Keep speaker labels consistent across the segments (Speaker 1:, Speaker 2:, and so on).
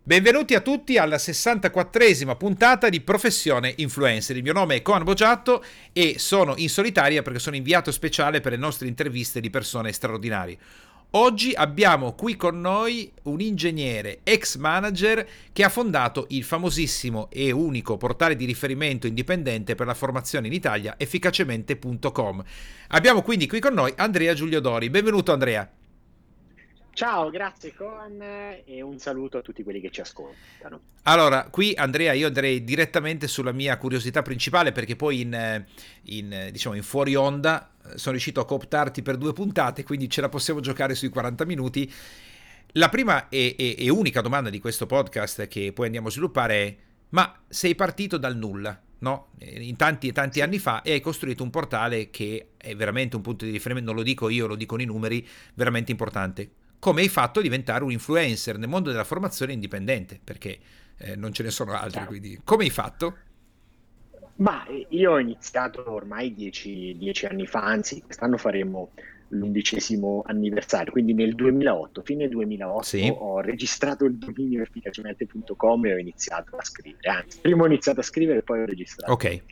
Speaker 1: Benvenuti a tutti alla 64esima puntata di Professione Influencer. Il mio nome è Coan Boggiatto e sono in solitaria perché sono inviato speciale per le nostre interviste di persone straordinarie. Oggi abbiamo qui con noi un ingegnere, ex manager, che ha fondato il famosissimo e unico portale di riferimento indipendente per la formazione in Italia, efficacemente.com. Abbiamo quindi qui con noi Andrea Giuliodori. Benvenuto Andrea.
Speaker 2: Ciao, grazie Coan e un saluto a tutti quelli che ci ascoltano.
Speaker 1: Allora, qui Andrea io andrei direttamente sulla mia curiosità principale perché poi in fuori onda sono riuscito a cooptarti per 2 puntate, quindi ce la possiamo giocare sui 40 minuti. La prima e unica domanda di questo podcast che poi andiamo a sviluppare è: ma sei partito dal nulla, no? In tanti e tanti anni fa e hai costruito un portale che è veramente un punto di riferimento, non lo dico io, lo dicono i numeri, veramente importante. Come hai fatto a diventare un influencer nel mondo della formazione indipendente? Perché non ce ne sono altri,
Speaker 2: Chiaro.
Speaker 1: quindi come hai fatto?
Speaker 2: Ma io ho iniziato ormai 10 anni fa, anzi quest'anno faremo l'11° anniversario, quindi nel 2008, fine 2008
Speaker 1: Sì,
Speaker 2: ho registrato il dominio efficacemente.com e ho iniziato a scrivere, anzi prima ho iniziato a scrivere e poi ho registrato il
Speaker 1: ok,
Speaker 2: dominio.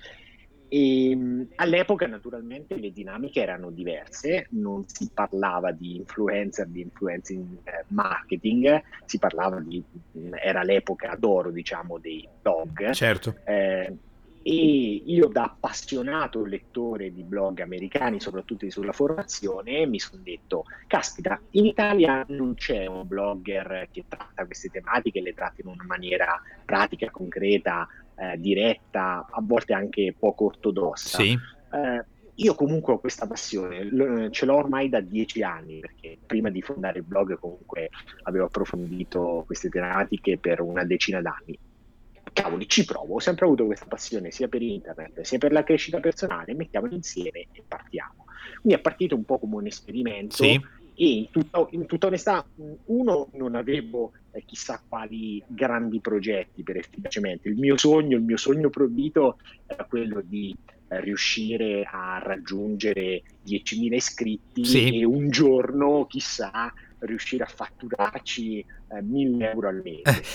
Speaker 2: E all'epoca naturalmente le dinamiche erano diverse, non si parlava di influencer, di influencing marketing, si parlava era l'epoca d'oro, diciamo, dei blog.
Speaker 1: certo.
Speaker 2: eh, e io da appassionato lettore di blog americani, soprattutto sulla formazione, mi sono detto, caspita, in Italia non c'è un blogger che tratta queste tematiche, le tratta in una maniera pratica, concreta, diretta, a volte anche poco ortodossa.
Speaker 1: Sì,
Speaker 2: Io comunque ho questa passione, ce l'ho ormai da 10 anni, perché prima di fondare il blog comunque avevo approfondito queste tematiche per una decina d'anni. Cavoli, ci provo, ho sempre avuto questa passione sia per internet sia per la crescita personale, mettiamoli insieme e partiamo. Quindi è partito un po' come un esperimento
Speaker 1: sì.
Speaker 2: e in tutta onestà, uno, non avevo chissà quali grandi progetti per efficacemente. Il mio sogno proibito era quello di riuscire a raggiungere 10.000 iscritti
Speaker 1: Sì.
Speaker 2: e un giorno, chissà, riuscire a fatturarci 1.000 euro al mese.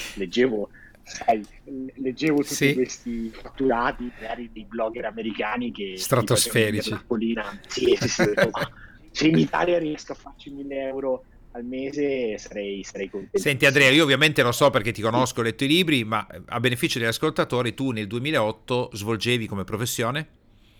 Speaker 2: Leggevo tutti
Speaker 1: Sì,
Speaker 2: questi fatturati, magari dei blogger americani che ti facevano vedere
Speaker 1: stratosferici.
Speaker 2: la collina. Sì, sì, sì, ho detto, ma se in Italia riesco a farci 1.000 euro al mese sarei
Speaker 1: Senti Andrea,
Speaker 2: contentissimo.
Speaker 1: io ovviamente lo so perché ti
Speaker 2: Sì.
Speaker 1: conosco, ho letto i libri, ma a beneficio degli ascoltatori, tu nel 2008 svolgevi come professione?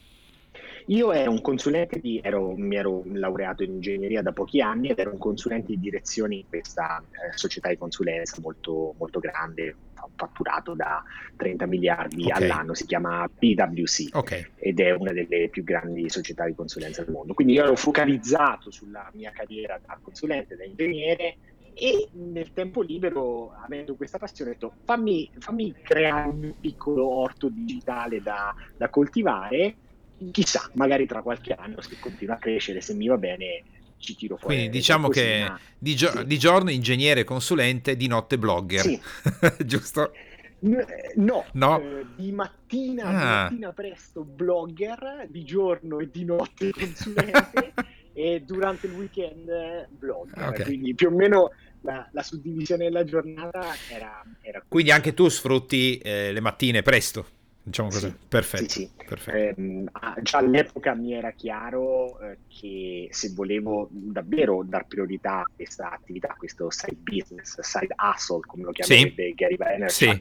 Speaker 2: Io ero un consulente mi ero laureato in ingegneria da pochi anni ed ero un consulente di direzione in questa società di consulenza molto, molto grande, fatturato da 30 miliardi
Speaker 1: Ok,
Speaker 2: all'anno, si chiama PwC
Speaker 1: ok.
Speaker 2: ed è una delle più grandi società di consulenza del mondo. Quindi io ero focalizzato sulla mia carriera da consulente, da ingegnere e nel tempo libero, avendo questa passione, ho detto fammi creare un piccolo orto digitale da coltivare. Chissà, magari tra qualche anno, se continua a crescere, se mi va bene, ci tiro
Speaker 1: Quindi
Speaker 2: fuori
Speaker 1: diciamo che
Speaker 2: qualcosina. Sì,
Speaker 1: di giorno ingegnere consulente, di notte blogger,
Speaker 2: sì.
Speaker 1: giusto?
Speaker 2: No,
Speaker 1: No?
Speaker 2: di
Speaker 1: Ah.
Speaker 2: mattina presto blogger, di giorno e di notte consulente e durante il weekend blogger.
Speaker 1: Ok.
Speaker 2: Quindi più o meno la suddivisione della giornata era
Speaker 1: Quindi
Speaker 2: questa.
Speaker 1: anche tu sfrutti le mattine presto, diciamo così.
Speaker 2: Sì, sì,
Speaker 1: Perfetto,
Speaker 2: sì.
Speaker 1: perfetto.
Speaker 2: Già all'epoca mi era chiaro che se volevo davvero dar priorità a questa attività, a questo side business, side hustle, come lo
Speaker 1: Sì,
Speaker 2: chiamerebbe Gary
Speaker 1: sì.
Speaker 2: Vaynerchuk,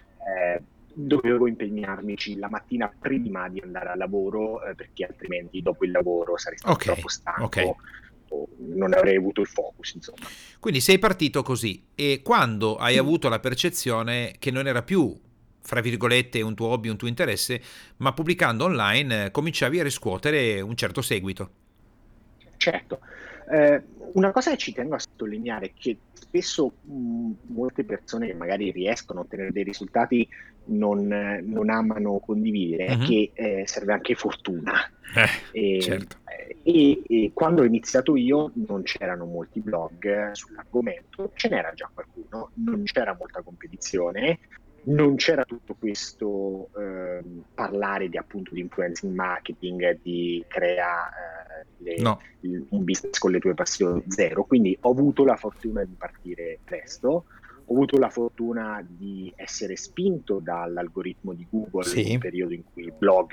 Speaker 2: dovevo impegnarmici la mattina prima di andare al lavoro, perché altrimenti dopo il lavoro sarei stato
Speaker 1: Ok,
Speaker 2: troppo
Speaker 1: ok.
Speaker 2: stanco o non avrei avuto il focus, insomma.
Speaker 1: Quindi sei partito così e quando hai
Speaker 2: Mm.
Speaker 1: avuto la percezione che non era più, fra virgolette, un tuo hobby, un tuo interesse, ma pubblicando online cominciavi a riscuotere un certo seguito.
Speaker 2: Certo. Una cosa che ci tengo a sottolineare è che spesso molte persone che magari riescono a ottenere dei risultati non amano condividere, è
Speaker 1: Mhm.
Speaker 2: che serve anche fortuna. E,
Speaker 1: Certo.
Speaker 2: e quando ho iniziato io non c'erano molti blog sull'argomento, ce n'era già qualcuno, non c'era molta competizione, non c'era tutto questo parlare di appunto di influencing marketing, di crea
Speaker 1: No.
Speaker 2: un business con le tue passioni zero. Quindi ho avuto la fortuna di partire presto, ho avuto la fortuna di essere spinto dall'algoritmo di Google in un
Speaker 1: Sì,
Speaker 2: periodo in cui i blog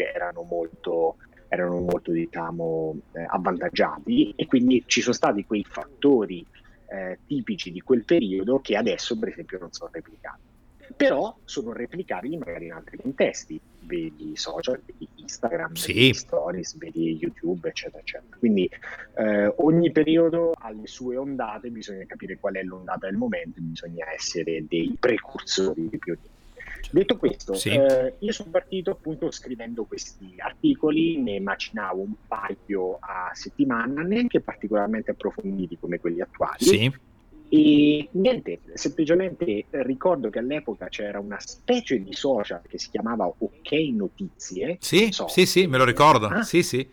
Speaker 2: erano molto diciamo, avvantaggiati, e quindi ci sono stati quei fattori tipici di quel periodo che adesso per esempio non sono replicati, però sono replicabili magari in altri contesti, vedi social, vedi Instagram, vedi
Speaker 1: sì.
Speaker 2: stories, vedi YouTube, eccetera, eccetera. Quindi ogni periodo ha le sue ondate, bisogna capire qual è l'ondata del momento, bisogna essere dei precursori, dei pionieri. Detto questo,
Speaker 1: Sì.
Speaker 2: io sono partito appunto scrivendo questi articoli, ne macinavo un paio a settimana, neanche particolarmente approfonditi come quelli attuali,
Speaker 1: Sì.
Speaker 2: e niente, semplicemente ricordo che all'epoca c'era una specie di social che si chiamava OK Notizie, non
Speaker 1: Sì,
Speaker 2: so
Speaker 1: sì, sì,
Speaker 2: se...
Speaker 1: me lo ricordo.
Speaker 2: ah,
Speaker 1: Sì, sì.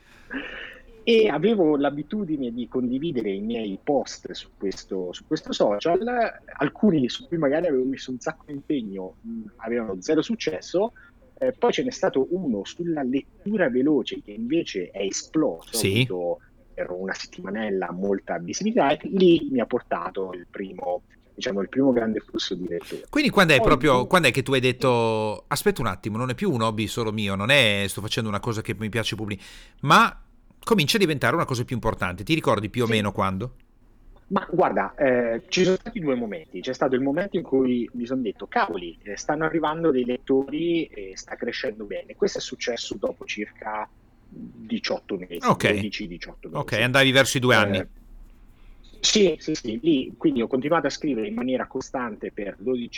Speaker 2: e avevo l'abitudine di condividere i miei post su questo social, alcuni su cui magari avevo messo un sacco di impegno, avevano zero successo, poi ce n'è stato uno sulla lettura veloce che invece è esploso, ha
Speaker 1: Sì.
Speaker 2: avuto per una settimanella molta visibilità, e lì mi ha portato diciamo, il primo grande flusso di lettori.
Speaker 1: Quindi quando è
Speaker 2: Poi,
Speaker 1: proprio, quando è che tu hai
Speaker 2: sì,
Speaker 1: detto aspetta un attimo, non è più un hobby solo mio, non è sto facendo una cosa che mi piace pubblicare, ma comincia a diventare una cosa più importante. Ti ricordi più o
Speaker 2: sì.
Speaker 1: meno quando?
Speaker 2: Ma guarda, ci sono stati due momenti. C'è stato il momento in cui mi sono detto, cavoli, stanno arrivando dei lettori e sta crescendo bene. Questo è successo dopo circa 18 mesi,
Speaker 1: Ok,
Speaker 2: 12-18
Speaker 1: ok,
Speaker 2: mesi.
Speaker 1: andavi verso i 2 anni.
Speaker 2: Eh, sì, sì, sì, lì, quindi ho continuato a scrivere in maniera costante per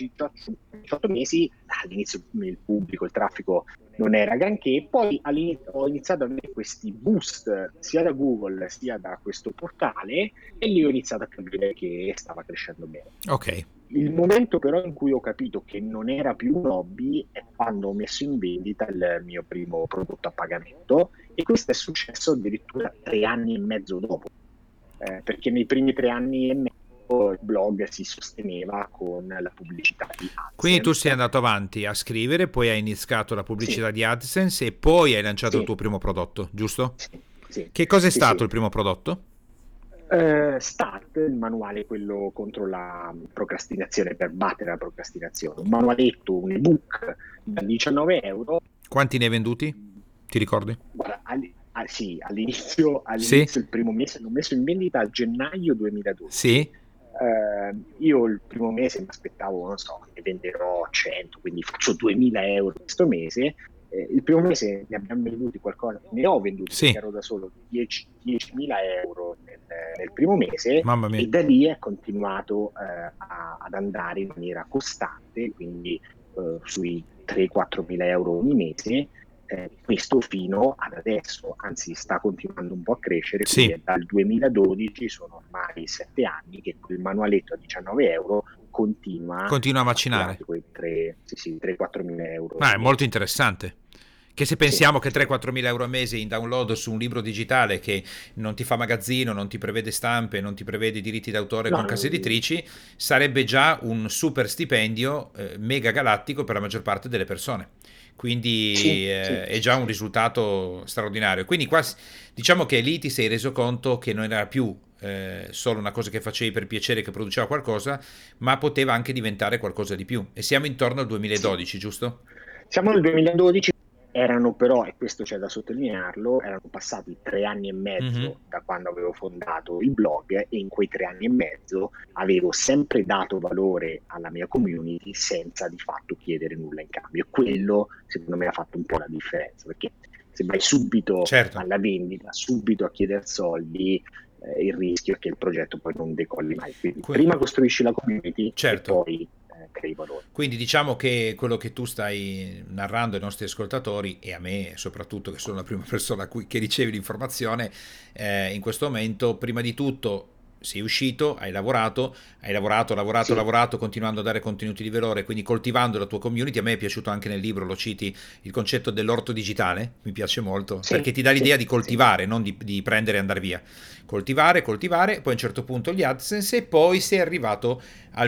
Speaker 2: 12-18 mesi. All'inizio il pubblico, il traffico non era granché, poi ho iniziato ad avere questi boost sia da Google sia da questo portale, e lì ho iniziato a capire che stava crescendo bene.
Speaker 1: Ok.
Speaker 2: Il momento però in cui ho capito che non era più un hobby è quando ho messo in vendita il mio primo prodotto a pagamento, e questo è successo addirittura 3 anni e mezzo dopo, perché nei primi 3 anni e mezzo il blog si sosteneva con la pubblicità di
Speaker 1: Quindi tu sei
Speaker 2: AdSense.
Speaker 1: andato avanti a scrivere, poi hai iniziato la
Speaker 2: Sì,
Speaker 1: pubblicità di AdSense e poi hai lanciato il
Speaker 2: sì,
Speaker 1: tuo primo prodotto, giusto?
Speaker 2: sì, sì,
Speaker 1: Che cos'è
Speaker 2: sì,
Speaker 1: stato
Speaker 2: sì.
Speaker 1: il primo prodotto?
Speaker 2: Start, il manuale quello contro la procrastinazione, per battere la procrastinazione, un manualetto, un ebook da 19 euro.
Speaker 1: Quanti ne hai venduti? Ti ricordi?
Speaker 2: Guarda, sì, all'inizio,
Speaker 1: Sì?
Speaker 2: all'inizio il primo mese l'ho messo in vendita a gennaio 2012.
Speaker 1: Sì?
Speaker 2: Io il primo mese mi aspettavo, non so, ne venderò 100, quindi faccio 2000 euro questo mese. Il primo mese ne abbiamo venduti qualcosa, ne ho venduti perché
Speaker 1: Sì.
Speaker 2: ero da solo 10.000 euro nel primo mese,
Speaker 1: Mamma mia.
Speaker 2: e da lì è continuato ad andare in maniera costante, quindi sui 3-4 mila euro ogni mese, questo fino ad adesso, anzi sta continuando un po' a crescere, quindi
Speaker 1: Sì.
Speaker 2: è dal 2012, sono ormai 7 anni che quel manualetto a 19 euro continua
Speaker 1: Continua
Speaker 2: a
Speaker 1: a macinare.
Speaker 2: fatturarti quei 3, sì, sì, 3-4 mila euro
Speaker 1: Ma
Speaker 2: al
Speaker 1: è molto
Speaker 2: mese.
Speaker 1: interessante. Che se
Speaker 2: Sì,
Speaker 1: pensiamo che
Speaker 2: sì.
Speaker 1: 3-4 mila euro al mese in download su un libro digitale che non ti fa magazzino, non ti prevede stampe, non ti prevede diritti d'autore
Speaker 2: No,
Speaker 1: con case editrici, sarebbe già un super stipendio mega galattico per la maggior parte delle persone.
Speaker 2: sì,
Speaker 1: Quindi
Speaker 2: sì,
Speaker 1: è
Speaker 2: sì,
Speaker 1: già un
Speaker 2: sì.
Speaker 1: risultato straordinario. Quindi qua diciamo che lì ti sei reso conto che non era più solo una cosa che facevi per piacere, che produceva qualcosa, ma poteva anche diventare qualcosa di più. E siamo intorno al
Speaker 2: Sì.
Speaker 1: 2012, giusto?
Speaker 2: Siamo nel 2012, erano però, e questo c'è da sottolinearlo, erano passati 3 anni e mezzo
Speaker 1: Mhm.
Speaker 2: da quando avevo fondato il blog, e in quei 3 anni e mezzo avevo sempre dato valore alla mia community senza di fatto chiedere nulla in cambio. Quello, secondo me, ha fatto un po' la differenza, perché se vai subito
Speaker 1: Certo.
Speaker 2: alla vendita, subito a chiedere soldi, il rischio è che il progetto poi non decolli mai. Quindi
Speaker 1: Que-
Speaker 2: prima costruisci la community e
Speaker 1: certo.
Speaker 2: poi crei valore.
Speaker 1: Quindi diciamo che quello che tu stai narrando ai nostri ascoltatori e a me soprattutto, che sono la prima persona che ricevi l'informazione, in questo momento, prima di tutto sei uscito, hai lavorato, lavorato,
Speaker 2: Sì,
Speaker 1: lavorato, continuando a dare contenuti di valore, quindi coltivando la tua community. A me è piaciuto anche nel libro, lo citi, il concetto dell'orto digitale, mi piace molto,
Speaker 2: sì,
Speaker 1: perché ti dà l'idea
Speaker 2: sì,
Speaker 1: di
Speaker 2: sì.
Speaker 1: coltivare, non di prendere e andare via. Coltivare, coltivare, poi a un certo punto gli AdSense e poi sei arrivato al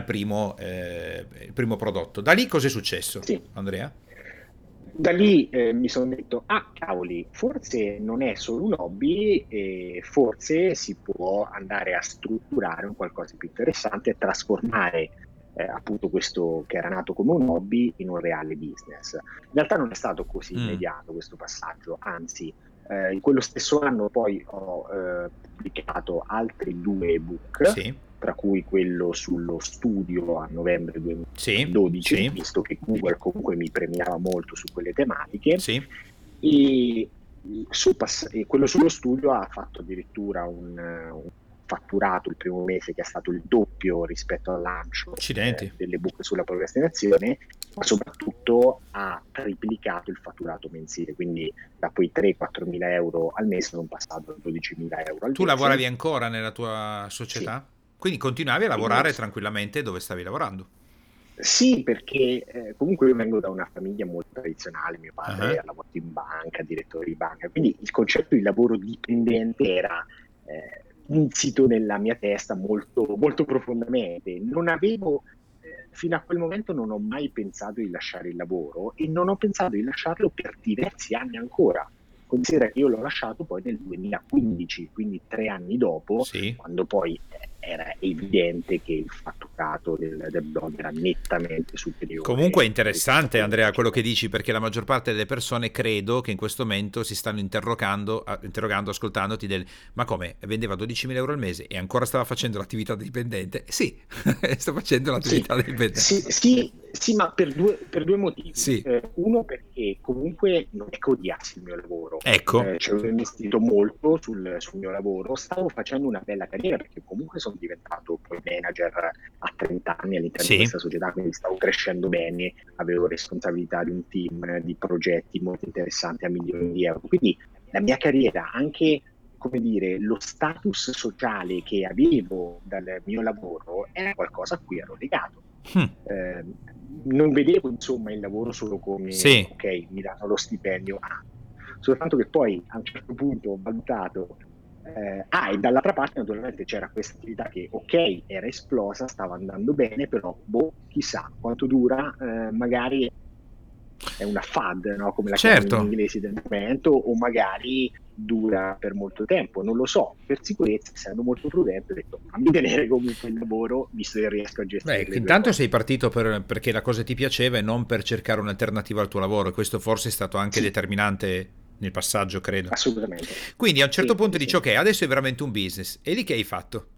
Speaker 1: primo prodotto. Da lì cosa è successo,
Speaker 2: Sì.
Speaker 1: Andrea?
Speaker 2: Da lì mi sono detto, ah cavoli, forse non è solo un hobby, e forse si può andare a strutturare un qualcosa di più interessante e trasformare appunto questo che era nato come un hobby in un reale business. In realtà non è stato così immediato questo passaggio, anzi in quello stesso anno poi ho pubblicato altri 2 ebook,
Speaker 1: Sì,
Speaker 2: tra cui quello sullo studio a novembre
Speaker 1: sì,
Speaker 2: 2012,
Speaker 1: sì,
Speaker 2: visto che Google comunque mi premiava molto su quelle tematiche,
Speaker 1: sì.
Speaker 2: e e quello sullo studio ha fatto addirittura un fatturato il primo mese che è stato il doppio rispetto al lancio
Speaker 1: Accidenti.
Speaker 2: dell'ebook sulla procrastinazione, ma soprattutto ha triplicato il fatturato mensile, quindi da quei 3-4 mila euro al mese sono passato a 12 mila euro al
Speaker 1: Tu
Speaker 2: mese.
Speaker 1: lavoravi ancora nella tua
Speaker 2: Sì,
Speaker 1: società? Quindi continuavi a
Speaker 2: sì,
Speaker 1: lavorare tranquillamente dove stavi lavorando?
Speaker 2: sì, perché comunque io vengo da una famiglia molto tradizionale, mio padre
Speaker 1: Ah,
Speaker 2: ha lavorato in banca, direttore di banca, quindi il concetto di lavoro dipendente era insito nella mia testa molto, molto profondamente. Non avevo, fino a quel momento non ho mai pensato di lasciare il lavoro e non ho pensato di lasciarlo per diversi anni ancora. Considera che io l'ho lasciato poi nel 2015, quindi 3 anni dopo,
Speaker 1: sì.
Speaker 2: quando poi era evidente che il fatturato del blog era nettamente
Speaker 1: Comunque è
Speaker 2: superiore rispetto a
Speaker 1: interessante,
Speaker 2: quello che
Speaker 1: Andrea, quello che
Speaker 2: facevo.
Speaker 1: dici, perché la maggior parte delle persone credo che in questo momento si stanno interrogando, ascoltandoti del ma come vendeva 12.000 euro al mese e ancora stava facendo l'attività dipendente? Sì, sto facendo
Speaker 2: Sì,
Speaker 1: l'attività dipendente.
Speaker 2: sì, sì, sì, ma per due motivi.
Speaker 1: Sì,
Speaker 2: Uno perché comunque non è che odiassi il mio lavoro,
Speaker 1: ecco.
Speaker 2: ci avevo investito molto sul mio lavoro, stavo facendo una bella carriera perché comunque sono diventato poi manager a 30 anni all'interno di
Speaker 1: Sì,
Speaker 2: questa società, quindi stavo crescendo bene, avevo responsabilità di un team, di progetti molto interessanti a milioni di euro. Quindi la mia carriera, anche come dire, lo status sociale che avevo dal mio lavoro era qualcosa a cui ero legato.
Speaker 1: hm,
Speaker 2: Eh, non vedevo insomma il lavoro solo come
Speaker 1: sì,
Speaker 2: ok, mi danno lo stipendio, soltanto che poi a un certo punto ho valutato, e dall'altra parte naturalmente c'era questa attività che ok, era esplosa, stava andando bene, però boh, chissà quanto dura, magari è una FAD, no? Come la chiamano gli
Speaker 1: certo.
Speaker 2: inglesi del momento, o magari dura per molto tempo, non lo so. Per sicurezza, essendo molto prudente, ho detto fammi tenere comunque il lavoro, visto che riesco a
Speaker 1: Beh,
Speaker 2: gestire le due
Speaker 1: intanto sei
Speaker 2: cose.
Speaker 1: partito perché la cosa ti piaceva e non per cercare un'alternativa al tuo lavoro, e questo forse è stato anche
Speaker 2: Sì,
Speaker 1: determinante nel passaggio, credo.
Speaker 2: assolutamente.
Speaker 1: Quindi a un certo
Speaker 2: Sì,
Speaker 1: punto
Speaker 2: sì,
Speaker 1: dici
Speaker 2: sì.
Speaker 1: ok, adesso è veramente un business. E lì che hai fatto?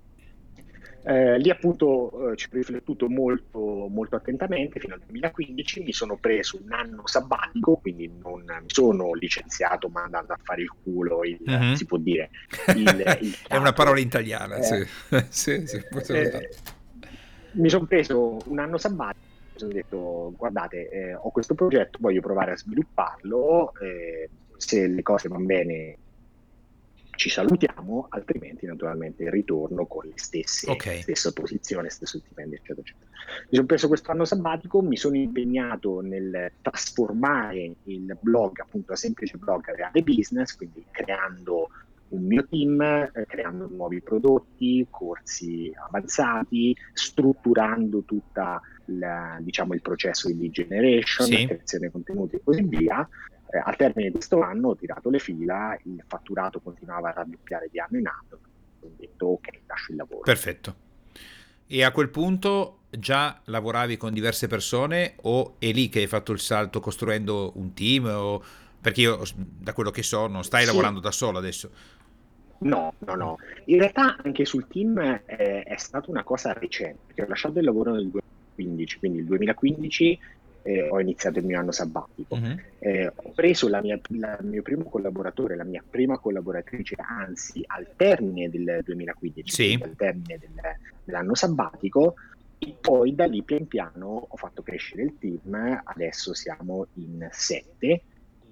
Speaker 2: Lì appunto ci ho riflettuto molto, molto attentamente fino al 2015, mi sono preso un anno sabbatico, quindi non mi sono licenziato mandando a fare il culo,
Speaker 1: Mhm.
Speaker 2: si può dire, il
Speaker 1: È una parola
Speaker 2: capo.
Speaker 1: italiana, sì.
Speaker 2: Eh,
Speaker 1: Sì, sì, possiamo usare.
Speaker 2: eh, Mi sono preso un anno sabbatico, mi sono detto guardate, ho questo progetto, voglio provare a svilupparlo, se le cose vanno bene ci salutiamo, altrimenti naturalmente ritorno con le
Speaker 1: Ok,
Speaker 2: stesse posizioni, stesso stipendio, eccetera, eccetera. Mi sono preso questo anno sabbatico, mi sono impegnato nel trasformare il blog, appunto, a semplice blog a reale business, quindi creando un mio team, creando nuovi prodotti, corsi avanzati, strutturando tutta diciamo, il processo di lead generation,
Speaker 1: sì.
Speaker 2: creazione contenuti e così via. Al termine di questo anno ho tirato le fila, il fatturato continuava a raddoppiare di anno in anno, ho detto ok, lascio il lavoro.
Speaker 1: Perfetto. E a quel punto già lavoravi con diverse persone o è lì che hai fatto il salto costruendo un team? Perché io, da quello che so, non stai
Speaker 2: Sì,
Speaker 1: lavorando da solo adesso.
Speaker 2: no, no, no. In realtà anche sul team è stata una cosa recente, perché ho lasciato il lavoro nel 2015, quindi il 2015 ho iniziato il mio anno sabbatico.
Speaker 1: Mhm.
Speaker 2: Ho preso il mio primo collaboratore, la mia prima collaboratrice, anzi al termine del 2015, quindi
Speaker 1: Sì,
Speaker 2: al termine dell'anno sabbatico, e poi da lì pian piano ho fatto crescere il team, adesso siamo in 7,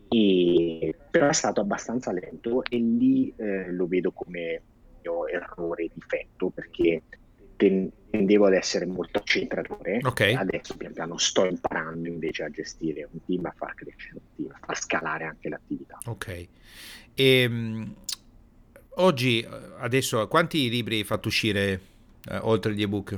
Speaker 2: però è stato abbastanza lento e lì lo vedo come mio errore, difetto, perché tendevo ad essere molto accentratore
Speaker 1: ok,
Speaker 2: e adesso pian piano sto imparando invece a gestire un team, a far crescere un team, a far scalare anche l'attività.
Speaker 1: ok. E oggi, adesso, quanti libri hai fatto uscire oltre gli ebook?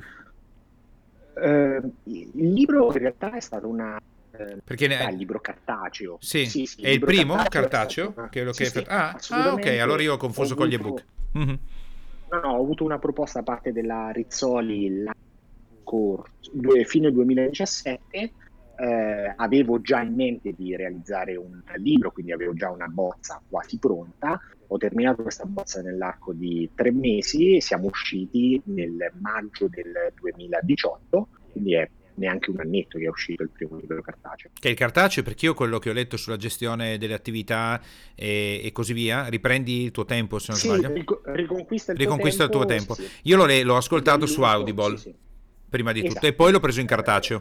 Speaker 2: Il libro in realtà è stato
Speaker 1: Perché ne
Speaker 2: il libro cartaceo.
Speaker 1: sì,
Speaker 2: Sì, sì,
Speaker 1: è
Speaker 2: il
Speaker 1: il
Speaker 2: libro
Speaker 1: primo
Speaker 2: cartaceo è stato
Speaker 1: cartaceo? Che è lo che
Speaker 2: sì,
Speaker 1: hai fatto?
Speaker 2: sì,
Speaker 1: Ah, ok, allora io
Speaker 2: assolutamente.
Speaker 1: ho
Speaker 2: Ho
Speaker 1: confuso con gli ebook.
Speaker 2: avuto,
Speaker 1: Mhm.
Speaker 2: no, no, ho avuto una proposta da parte della Rizzoli fine 2017, avevo già in mente di realizzare un libro, quindi avevo già una bozza quasi pronta. Ho terminato questa bozza nell'arco di 3 mesi e siamo usciti nel maggio del 2018, quindi è neanche un annetto che è uscito il primo libro cartaceo.
Speaker 1: Che è il cartaceo, perché io quello che ho letto sulla gestione delle attività e così via, riprendi il tuo tempo se non
Speaker 2: Sì,
Speaker 1: sbaglio.
Speaker 2: riconquista il tuo
Speaker 1: Riconquista il tuo
Speaker 2: tempo, sì,
Speaker 1: tempo.
Speaker 2: sì.
Speaker 1: Io l'ho ascoltato su
Speaker 2: Dall'inizio, sì,
Speaker 1: Audible,
Speaker 2: sì.
Speaker 1: prima di tutto, e
Speaker 2: Esatto.
Speaker 1: poi l'ho preso in cartaceo.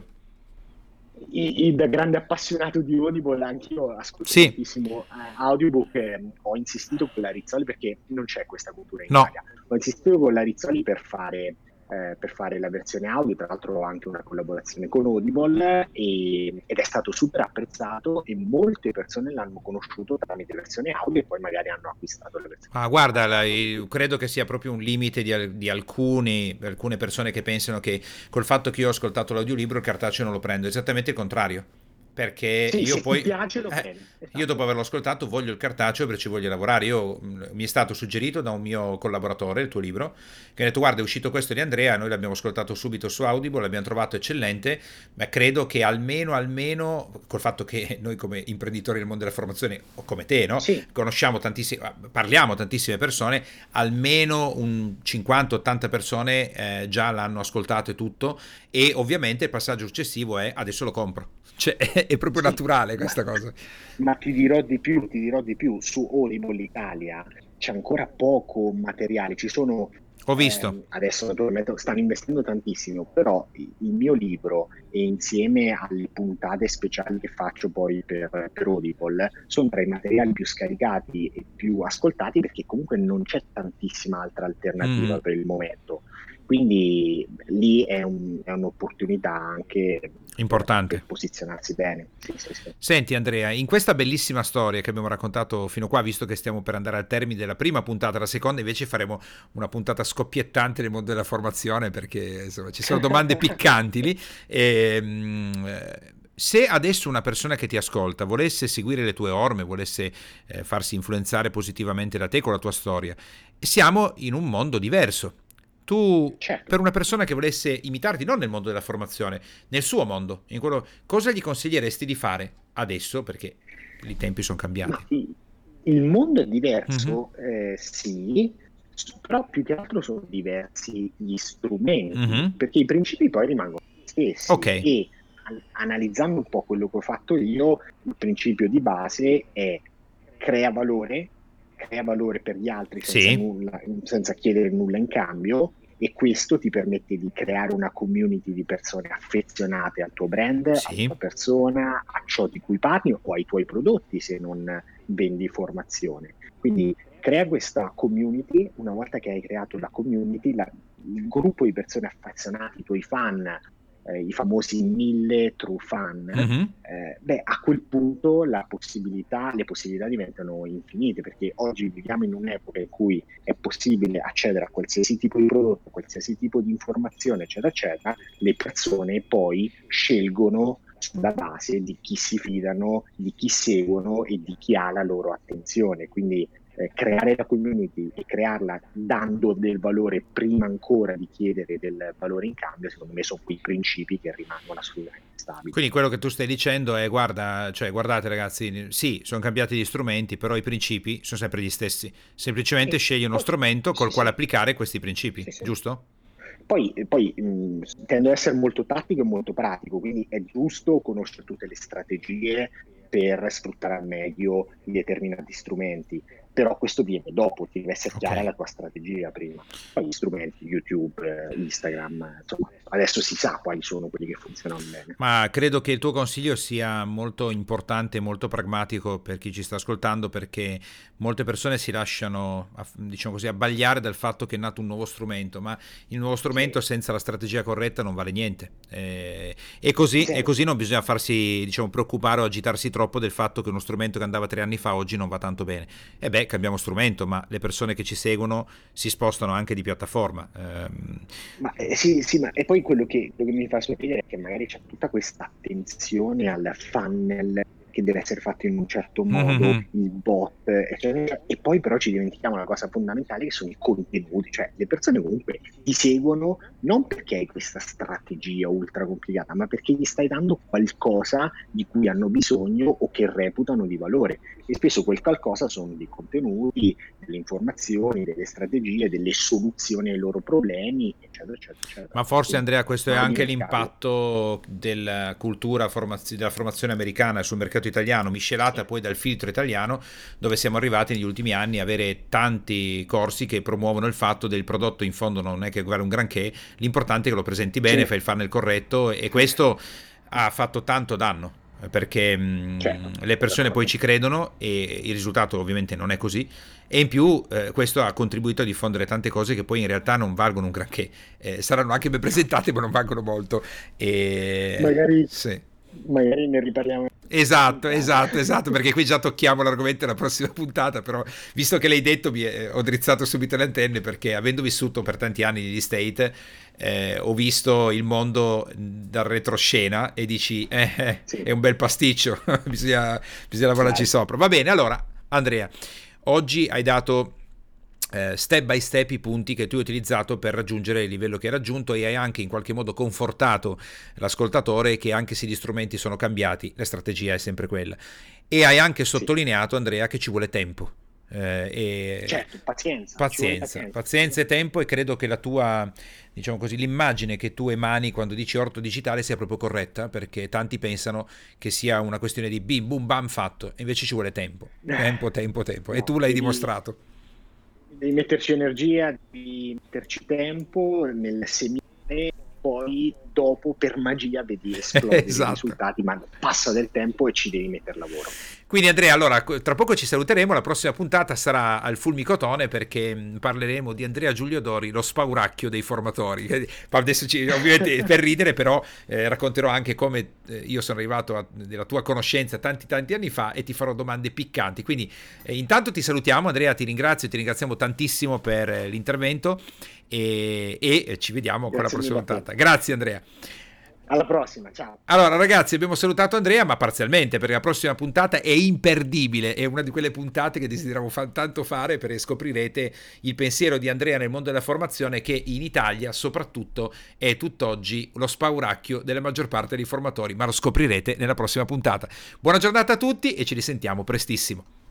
Speaker 2: Da grande appassionato di Audible, anch'io ascolto
Speaker 1: Sì,
Speaker 2: tantissimo audiobook. Ho insistito con la Rizzoli perché non c'è questa cultura in
Speaker 1: no.
Speaker 2: Italia. Ho insistito con la Rizzoli per fare la versione audio, tra l'altro ho anche una collaborazione con Audible ed è stato super apprezzato e molte persone l'hanno conosciuto tramite versione audio e poi magari hanno acquistato la versione
Speaker 1: Ah, guarda,
Speaker 2: cartacea.
Speaker 1: credo che sia proprio un limite di alcune persone che pensano che col fatto che io ho ascoltato l'audiolibro il cartaceo non lo prendo, esattamente il contrario, perché
Speaker 2: Sì,
Speaker 1: io
Speaker 2: se ti
Speaker 1: poi,
Speaker 2: piace lo prendi,
Speaker 1: io dopo
Speaker 2: esatto.
Speaker 1: averlo ascoltato voglio il cartaceo perché ci voglio lavorare. Mi è stato suggerito da un mio collaboratore il tuo libro, che ha detto guarda è uscito questo di Andrea, noi l'abbiamo ascoltato subito su Audible, l'abbiamo trovato eccellente, ma credo che almeno col fatto che noi come imprenditori del mondo della formazione o come te, no?
Speaker 2: Sì,
Speaker 1: Conosciamo tantissime, parliamo tantissime persone, almeno un 50-80 persone già l'hanno ascoltato e tutto, e ovviamente il passaggio successivo è adesso lo compro. Cioè, è proprio
Speaker 2: sì,
Speaker 1: naturale questa cosa.
Speaker 2: ma ti dirò di più, su Audible Italia c'è ancora poco materiale, ci sono,
Speaker 1: Ho visto.
Speaker 2: adesso naturalmente stanno investendo tantissimo, però il mio libro e insieme alle puntate speciali che faccio poi per Audible sono tra i materiali più scaricati e più ascoltati perché comunque non c'è tantissima altra
Speaker 1: Mm,
Speaker 2: alternativa per il momento. Quindi lì è un'opportunità anche
Speaker 1: importante.
Speaker 2: per posizionarsi bene. Sì, sì, sì.
Speaker 1: Senti Andrea, in questa bellissima storia che abbiamo raccontato fino qua, visto che stiamo per andare al termine della prima puntata, la seconda invece faremo una puntata scoppiettante nel mondo della formazione perché insomma ci sono domande piccanti lì. Se adesso una persona che ti ascolta volesse seguire le tue orme, volesse farsi influenzare positivamente da te con la tua storia, siamo in un mondo diverso. Tu,
Speaker 2: Certo.
Speaker 1: per una persona che volesse imitarti, non nel mondo della formazione, nel suo mondo, cosa gli consiglieresti di fare adesso? Perché i tempi sono
Speaker 2: Ma
Speaker 1: cambiati.
Speaker 2: il mondo è
Speaker 1: Mhm,
Speaker 2: diverso, sì, però più che altro sono diversi gli strumenti,
Speaker 1: mhm.
Speaker 2: perché i principi poi rimangono gli
Speaker 1: Ok,
Speaker 2: stessi e analizzando un po' quello che ho fatto io, il principio di base è crea valore, crea valore per gli altri
Speaker 1: sì,
Speaker 2: senza chiedere nulla in cambio e questo ti permette di creare una community di persone affezionate al tuo brand, alla
Speaker 1: sì.
Speaker 2: tua persona, a ciò di cui parli o ai tuoi prodotti se non vendi formazione. Quindi crea questa community, una volta che hai creato la community, il gruppo di persone affezionate, i tuoi fan, i famosi 1000 true fan,
Speaker 1: Mhm.
Speaker 2: beh, a quel punto le possibilità diventano infinite, perché oggi viviamo in un'epoca in cui è possibile accedere a qualsiasi tipo di prodotto, a qualsiasi tipo di informazione, eccetera, eccetera. Le persone poi scelgono sulla base di chi si fidano, di chi seguono e di chi ha la loro attenzione. Quindi creare la community e crearla dando del valore prima ancora di chiedere del valore in cambio, secondo me sono quei principi che rimangono assolutamente stabili.
Speaker 1: Quindi quello che tu stai dicendo è guarda, cioè guardate ragazzi, sì, sono cambiati gli strumenti, però i principi sono sempre gli stessi. Semplicemente
Speaker 2: Sì,
Speaker 1: scegli uno
Speaker 2: poi,
Speaker 1: strumento
Speaker 2: sì,
Speaker 1: col quale
Speaker 2: sì,
Speaker 1: applicare questi principi,
Speaker 2: sì, sì.
Speaker 1: giusto?
Speaker 2: Poi tendo ad essere molto tattico e molto pratico, quindi è giusto conoscere tutte le strategie per sfruttare al meglio i determinati strumenti, però questo viene dopo, ti deve essere
Speaker 1: Ok.
Speaker 2: chiara la tua strategia prima. Poi gli strumenti, YouTube, Instagram, insomma, adesso si sa quali sono quelli che funzionano bene.
Speaker 1: Ma credo che il tuo consiglio sia molto importante e molto pragmatico per chi ci sta ascoltando, perché molte persone si lasciano, diciamo così, abbagliare dal fatto che è nato un nuovo strumento, ma il nuovo strumento
Speaker 2: Sì,
Speaker 1: senza la strategia corretta non vale niente. E
Speaker 2: zero.
Speaker 1: così non bisogna farsi, diciamo, preoccupare o agitarsi troppo del fatto che uno strumento che andava 3 anni fa oggi non va tanto bene. E beh, cambiamo strumento, ma le persone che ci seguono si spostano anche di piattaforma.
Speaker 2: Ma sì, sì, ma e poi quello che mi fa sorridere è che magari c'è tutta questa attenzione al funnel che deve essere fatto in un certo modo, il bot, eccetera. E poi però ci dimentichiamo una cosa fondamentale, che sono i contenuti, cioè le persone comunque ti seguono non perché hai questa strategia ultra complicata, ma perché gli stai dando qualcosa di cui hanno bisogno o che reputano di valore. E spesso quel qualcosa sono dei contenuti, delle informazioni, delle strategie, delle soluzioni ai loro problemi, eccetera, eccetera, eccetera.
Speaker 1: Ma forse, Andrea, questo è
Speaker 2: Non
Speaker 1: anche
Speaker 2: dimenticarlo.
Speaker 1: l'impatto della cultura della formazione americana sul mercato italiano, miscelata poi dal filtro italiano, dove siamo arrivati negli ultimi anni a avere tanti corsi che promuovono il fatto del prodotto in fondo non è che vale un granché, l'importante è che lo presenti bene,
Speaker 2: Sì.
Speaker 1: fai il funnel corretto, e questo ha fatto tanto danno, perché
Speaker 2: Certo,
Speaker 1: le persone poi
Speaker 2: d'accordo.
Speaker 1: ci credono e il risultato ovviamente non è così, e in più questo ha contribuito a diffondere tante cose che poi in realtà non valgono un granché, saranno anche ben presentate ma non valgono molto, e
Speaker 2: Magari,
Speaker 1: sì.
Speaker 2: magari ne riparliamo in
Speaker 1: Esatto,
Speaker 2: puntata.
Speaker 1: esatto, esatto, perché qui già tocchiamo l'argomento della prossima puntata, però visto che l'hai detto ho drizzato subito le antenne, perché avendo vissuto per tanti anni negli State, ho visto il mondo dal retroscena e dici
Speaker 2: Sì,
Speaker 1: è un bel pasticcio, bisogna lavorarci
Speaker 2: certo.
Speaker 1: sopra. Va bene, allora Andrea, oggi hai dato step by step i punti che tu hai utilizzato per raggiungere il livello che hai raggiunto, e hai anche in qualche modo confortato l'ascoltatore che anche se gli strumenti sono cambiati, la strategia è sempre quella. E hai anche
Speaker 2: Sì,
Speaker 1: sottolineato, Andrea, che ci vuole tempo.
Speaker 2: certo, pazienza, ci vuole
Speaker 1: Pazienza,
Speaker 2: pazienza.
Speaker 1: pazienza e tempo, e credo che la tua, diciamo così, l'immagine che tu emani quando dici orto digitale sia proprio corretta, perché tanti pensano che sia una questione di bim bum bam fatto, e invece ci vuole tempo, tempo, tempo, tempo, e
Speaker 2: No,
Speaker 1: tu l'hai dimostrato.
Speaker 2: devi metterci energia, devi metterci tempo nel seminare, poi dopo per magia vedi esplodere i
Speaker 1: Esatto.
Speaker 2: risultati, ma passa del tempo e ci devi mettere lavoro.
Speaker 1: Quindi Andrea, allora, tra poco ci saluteremo, la prossima puntata sarà al Fulmicotone, perché parleremo di Andrea Giulio Dori, lo spauracchio dei formatori. Adesso ovviamente per ridere, però racconterò anche come io sono arrivato della tua conoscenza tanti tanti anni fa, e ti farò domande piccanti. Quindi intanto ti salutiamo, Andrea, ti ringraziamo tantissimo per l'intervento, e ci vediamo con la
Speaker 2: Grazie
Speaker 1: prossima
Speaker 2: mille a te.
Speaker 1: puntata. Grazie Andrea.
Speaker 2: Alla prossima, ciao.
Speaker 1: Allora ragazzi, abbiamo salutato Andrea, ma parzialmente, perché la prossima puntata è imperdibile, è una di quelle puntate che desideriamo tanto fare, perché scoprirete il pensiero di Andrea nel mondo della formazione, che in Italia soprattutto è tutt'oggi lo spauracchio della maggior parte dei formatori, ma lo scoprirete nella prossima puntata. Buona giornata a tutti e ci risentiamo prestissimo.